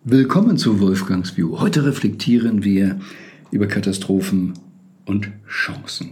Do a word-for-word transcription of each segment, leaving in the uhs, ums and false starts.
Willkommen zu Wolfgangs View. Heute reflektieren wir über Katastrophen und Chancen.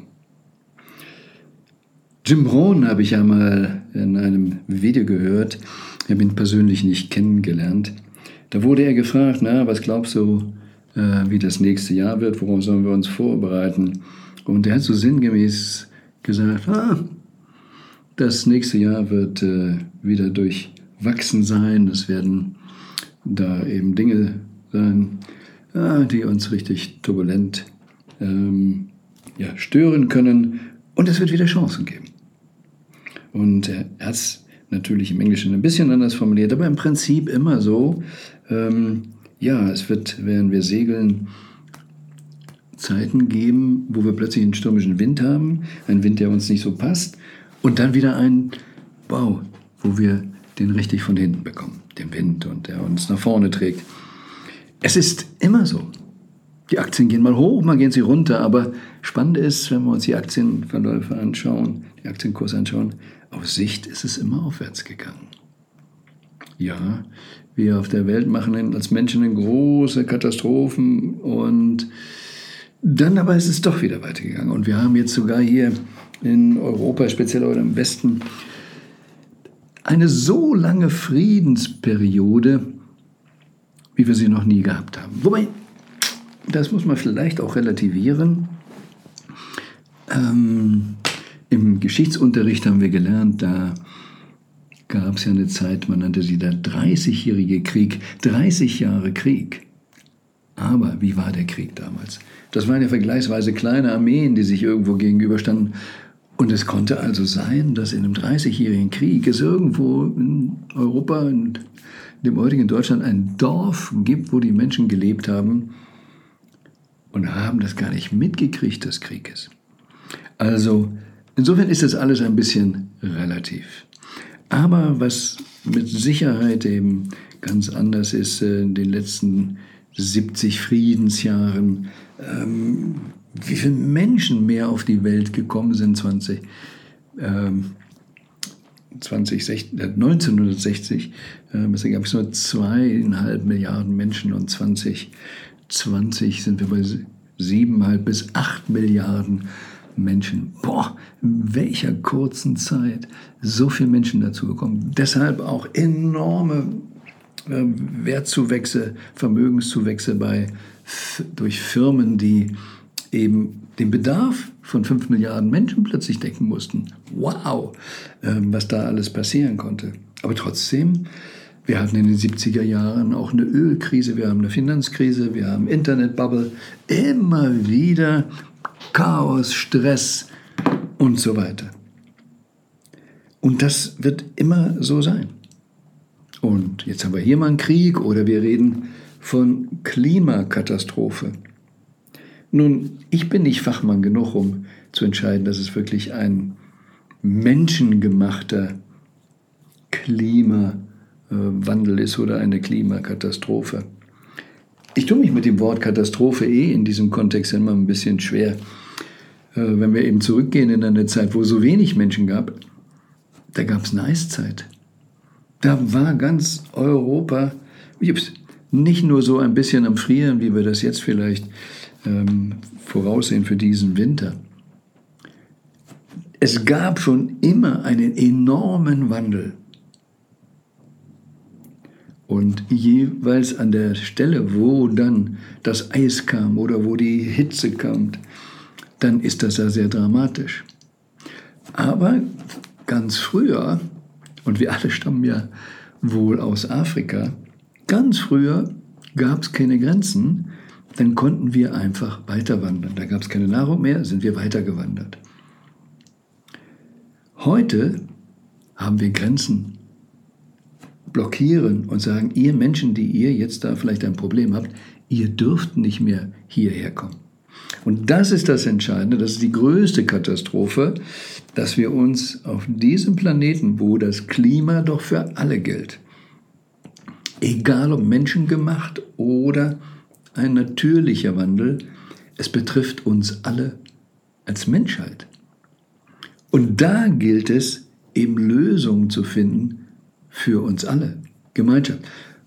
Jim Rohn habe ich ja mal in einem Video gehört. Ich habe ihn persönlich nicht kennengelernt. Da wurde er gefragt, na, was glaubst du, äh, wie das nächste Jahr wird? Worauf sollen wir uns vorbereiten? Und er hat so sinngemäß gesagt, ah, das nächste Jahr wird äh, wieder durchwachsen sein. Es werden da eben Dinge sein, ja, die uns richtig turbulent ähm, ja, stören können. Und es wird wieder Chancen geben. Und er hat es natürlich im Englischen ein bisschen anders formuliert, aber im Prinzip immer so, ähm, ja, es wird, während wir segeln, Zeiten geben, wo wir plötzlich einen stürmischen Wind haben, einen Wind, der uns nicht so passt, und dann wieder einen, wow, wo wir den richtig von hinten bekommen, den Wind, und der uns nach vorne trägt. Es ist immer so. Die Aktien gehen mal hoch, mal gehen sie runter, aber spannend ist, wenn wir uns die Aktienverläufe anschauen, die Aktienkurse anschauen, auf Sicht ist es immer aufwärts gegangen. Ja, wir auf der Welt machen als Menschen große Katastrophen und dann aber ist es doch wieder weitergegangen. Und wir haben jetzt sogar hier in Europa, speziell oder im Westen, eine so lange Friedensperiode, wie wir sie noch nie gehabt haben. Wobei, das muss man vielleicht auch relativieren. Ähm, Im Geschichtsunterricht haben wir gelernt, da gab es ja eine Zeit, man nannte sie der dreißigjährige Krieg, dreißig Jahre Krieg. Aber wie war der Krieg damals? Das waren ja vergleichsweise kleine Armeen, die sich irgendwo gegenüberstanden. Und es konnte also sein, dass in einem dreißigjährigen Krieg es irgendwo in Europa, in dem heutigen Deutschland, ein Dorf gibt, wo die Menschen gelebt haben und haben das gar nicht mitgekriegt des Krieges. Also insofern ist das alles ein bisschen relativ. Aber was mit Sicherheit eben ganz anders ist in den letzten siebzig Friedensjahren, ähm, wie viele Menschen mehr auf die Welt gekommen sind zwanzig, ähm, zwanzig, neunzehnhundertsechzig, äh, da gab es nur zweieinhalb Milliarden Menschen und zwanzig zwanzig sind wir bei siebeneinhalb bis acht Milliarden Menschen. Boah, in welcher kurzen Zeit so viele Menschen dazu gekommen. Deshalb auch enorme äh, Wertzuwächse, Vermögenszuwächse bei, durch Firmen, die eben den Bedarf von fünf Milliarden Menschen plötzlich decken mussten. Wow, ähm, was da alles passieren konnte. Aber trotzdem, wir hatten in den siebziger Jahren auch eine Ölkrise, wir haben eine Finanzkrise, wir haben Internetbubble, immer wieder Chaos, Stress und so weiter. Und das wird immer so sein. Und jetzt haben wir hier mal einen Krieg oder wir reden von Klimakatastrophe. Nun, ich bin nicht Fachmann genug, um zu entscheiden, dass es wirklich ein menschengemachter Klimawandel ist oder eine Klimakatastrophe. Ich tue mich mit dem Wort Katastrophe eh in diesem Kontext immer ein bisschen schwer. Wenn wir eben zurückgehen in eine Zeit, wo es so wenig Menschen gab, da gab es eine Eiszeit. Da war ganz Europa nicht nur so ein bisschen am Frieren, wie wir das jetzt vielleicht ähm, voraussehen für diesen Winter. Es gab schon immer einen enormen Wandel. Und jeweils an der Stelle, wo dann das Eis kam oder wo die Hitze kam, dann ist das ja sehr dramatisch. Aber ganz früher, und wir alle stammen ja wohl aus Afrika, ganz früher gab es keine Grenzen, dann konnten wir einfach weiter wandern. Da gab es keine Nahrung mehr, sind wir weitergewandert. Heute haben wir Grenzen, blockieren und sagen, ihr Menschen, die ihr jetzt da vielleicht ein Problem habt, ihr dürft nicht mehr hierher kommen. Und das ist das Entscheidende, das ist die größte Katastrophe, dass wir uns auf diesem Planeten, wo das Klima doch für alle gilt, egal ob menschengemacht oder ein natürlicher Wandel, es betrifft uns alle als Menschheit. Und da gilt es, eben Lösungen zu finden für uns alle, Gemeinschaft.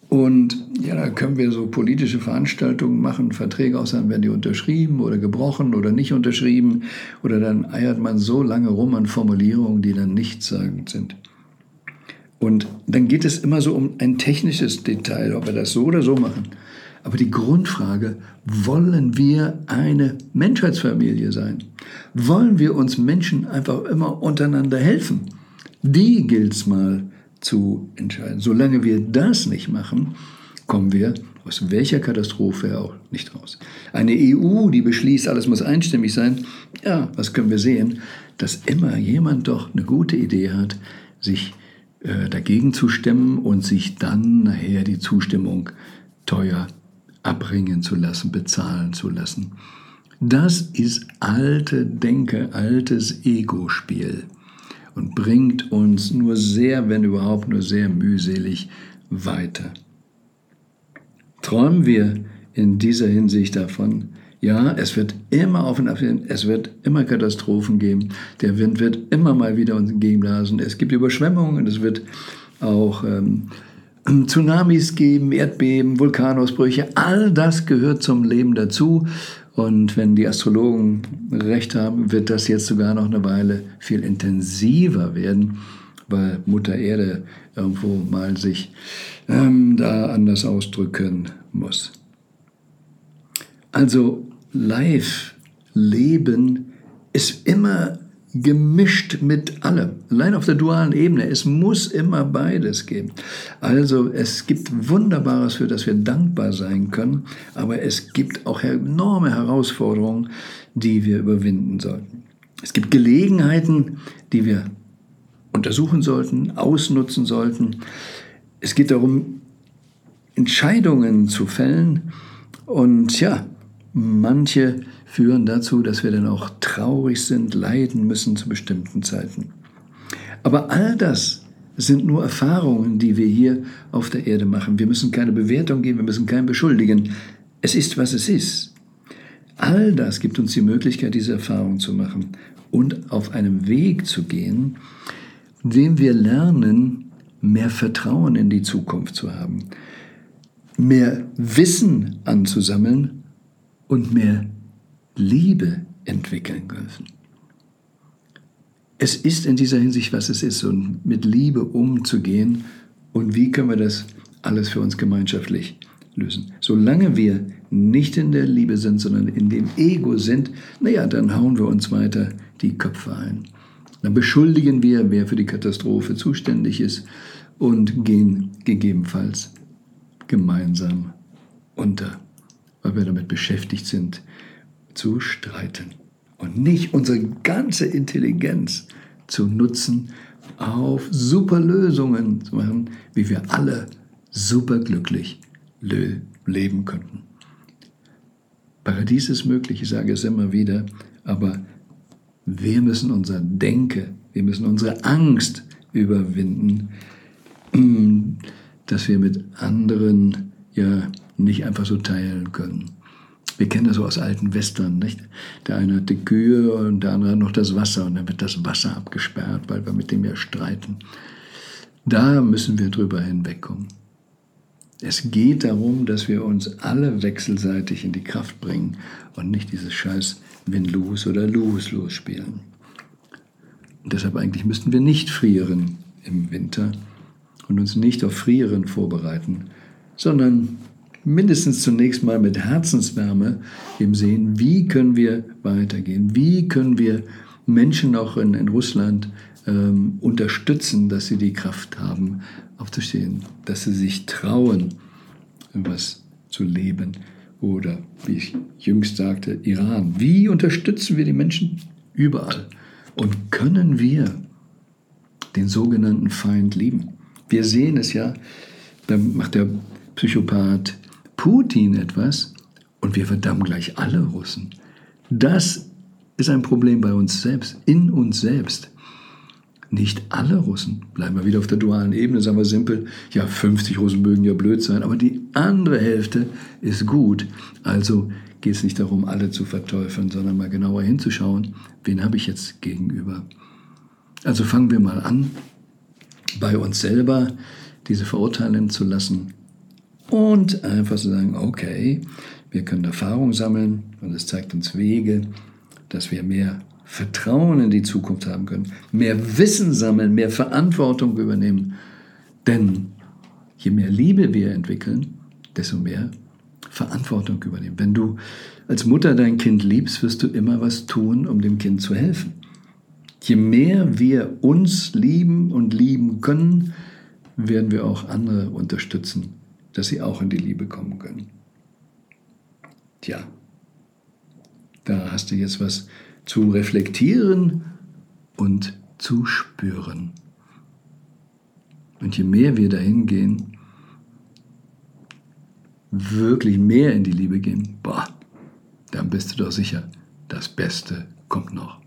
Und ja, da können wir so politische Veranstaltungen machen, Verträge aussagen, werden die unterschrieben oder gebrochen oder nicht unterschrieben. Oder dann eiert man so lange rum an Formulierungen, die dann nichtssagend sind. Und dann geht es immer so um ein technisches Detail, ob wir das so oder so machen. Aber die Grundfrage, wollen wir eine Menschheitsfamilie sein? Wollen wir uns Menschen einfach immer untereinander helfen? Die gilt es mal zu entscheiden. Solange wir das nicht machen, kommen wir aus welcher Katastrophe auch nicht raus. Eine E U, die beschließt, alles muss einstimmig sein, ja, was können wir sehen? Dass immer jemand doch eine gute Idee hat, sich äh, dagegen zu stemmen und sich dann nachher die Zustimmung teuer abbringen zu lassen, bezahlen zu lassen. Das ist alte Denke, altes Ego-Spiel und bringt uns nur sehr, wenn überhaupt, nur sehr mühselig weiter. Träumen wir in dieser Hinsicht davon, ja, es wird immer auf und ab gehen, es wird immer Katastrophen geben, der Wind wird immer mal wieder uns entgegenblasen, es gibt Überschwemmungen, es wird auch ähm, Tsunamis geben, Erdbeben, Vulkanausbrüche, all das gehört zum Leben dazu. Und wenn die Astrologen recht haben, wird das jetzt sogar noch eine Weile viel intensiver werden, weil Mutter Erde irgendwo mal sich ähm, da anders ausdrücken muss. Also live leben ist immer gemischt mit allem. Allein auf der dualen Ebene. Es muss immer beides geben. Also es gibt Wunderbares, für das wir dankbar sein können, aber es gibt auch enorme Herausforderungen, die wir überwinden sollten. Es gibt Gelegenheiten, die wir untersuchen sollten, ausnutzen sollten. Es geht darum, Entscheidungen zu fällen und ja, manche führen dazu, dass wir dann auch traurig sind, leiden müssen zu bestimmten Zeiten. Aber all das sind nur Erfahrungen, die wir hier auf der Erde machen. Wir müssen keine Bewertung geben, wir müssen keinen beschuldigen. Es ist, was es ist. All das gibt uns die Möglichkeit, diese Erfahrung zu machen und auf einem Weg zu gehen, in dem wir lernen, mehr Vertrauen in die Zukunft zu haben, mehr Wissen anzusammeln und mehr Liebe entwickeln dürfen. Es ist in dieser Hinsicht, was es ist, und mit Liebe umzugehen. Und wie können wir das alles für uns gemeinschaftlich lösen? Solange wir nicht in der Liebe sind, sondern in dem Ego sind, naja, dann hauen wir uns weiter die Köpfe ein. Dann beschuldigen wir, wer für die Katastrophe zuständig ist und gehen gegebenenfalls gemeinsam unter, weil wir damit beschäftigt sind, zu streiten und nicht unsere ganze Intelligenz zu nutzen, auf super Lösungen zu machen, wie wir alle super glücklich le- leben könnten. Paradies ist möglich, ich sage es immer wieder, aber wir müssen unser Denken, wir müssen unsere Angst überwinden, dass wir mit anderen ja nicht einfach so teilen können. Wir kennen das so aus alten Western, nicht? Der eine hat die Kühe und der andere hat noch das Wasser und dann wird das Wasser abgesperrt, weil wir mit dem ja streiten. Da müssen wir drüber hinwegkommen. Es geht darum, dass wir uns alle wechselseitig in die Kraft bringen und nicht dieses scheiß Win-Lose oder Lose-Lose spielen. Und deshalb eigentlich müssten wir nicht frieren im Winter und uns nicht auf Frieren vorbereiten, sondern mindestens zunächst mal mit Herzenswärme eben sehen, wie können wir weitergehen, wie können wir Menschen auch in, in Russland ähm, unterstützen, dass sie die Kraft haben, aufzustehen, dass sie sich trauen, was zu leben. Oder, wie ich jüngst sagte, Iran. Wie unterstützen wir die Menschen überall? Und können wir den sogenannten Feind lieben? Wir sehen es ja, da macht der Psychopath Putin etwas und wir verdammen gleich alle Russen. Das ist ein Problem bei uns selbst, in uns selbst. Nicht alle Russen, bleiben wir wieder auf der dualen Ebene, sagen wir simpel, ja, fünfzig Russen mögen ja blöd sein, aber die andere Hälfte ist gut. Also geht es nicht darum, alle zu verteufeln, sondern mal genauer hinzuschauen, wen habe ich jetzt gegenüber. Also fangen wir mal an, bei uns selber diese verurteilen zu lassen Und einfach zu sagen, okay, wir können Erfahrung sammeln und es zeigt uns Wege, dass wir mehr Vertrauen in die Zukunft haben können, mehr Wissen sammeln, mehr Verantwortung übernehmen. Denn je mehr Liebe wir entwickeln, desto mehr Verantwortung übernehmen. Wenn du als Mutter dein Kind liebst, wirst du immer was tun, um dem Kind zu helfen. Je mehr wir uns lieben und lieben können, werden wir auch andere unterstützen, dass sie auch in die Liebe kommen können. Tja, da hast du jetzt was zu reflektieren und zu spüren. Und je mehr wir dahin gehen, wirklich mehr in die Liebe gehen, boah, dann bist du doch sicher, das Beste kommt noch.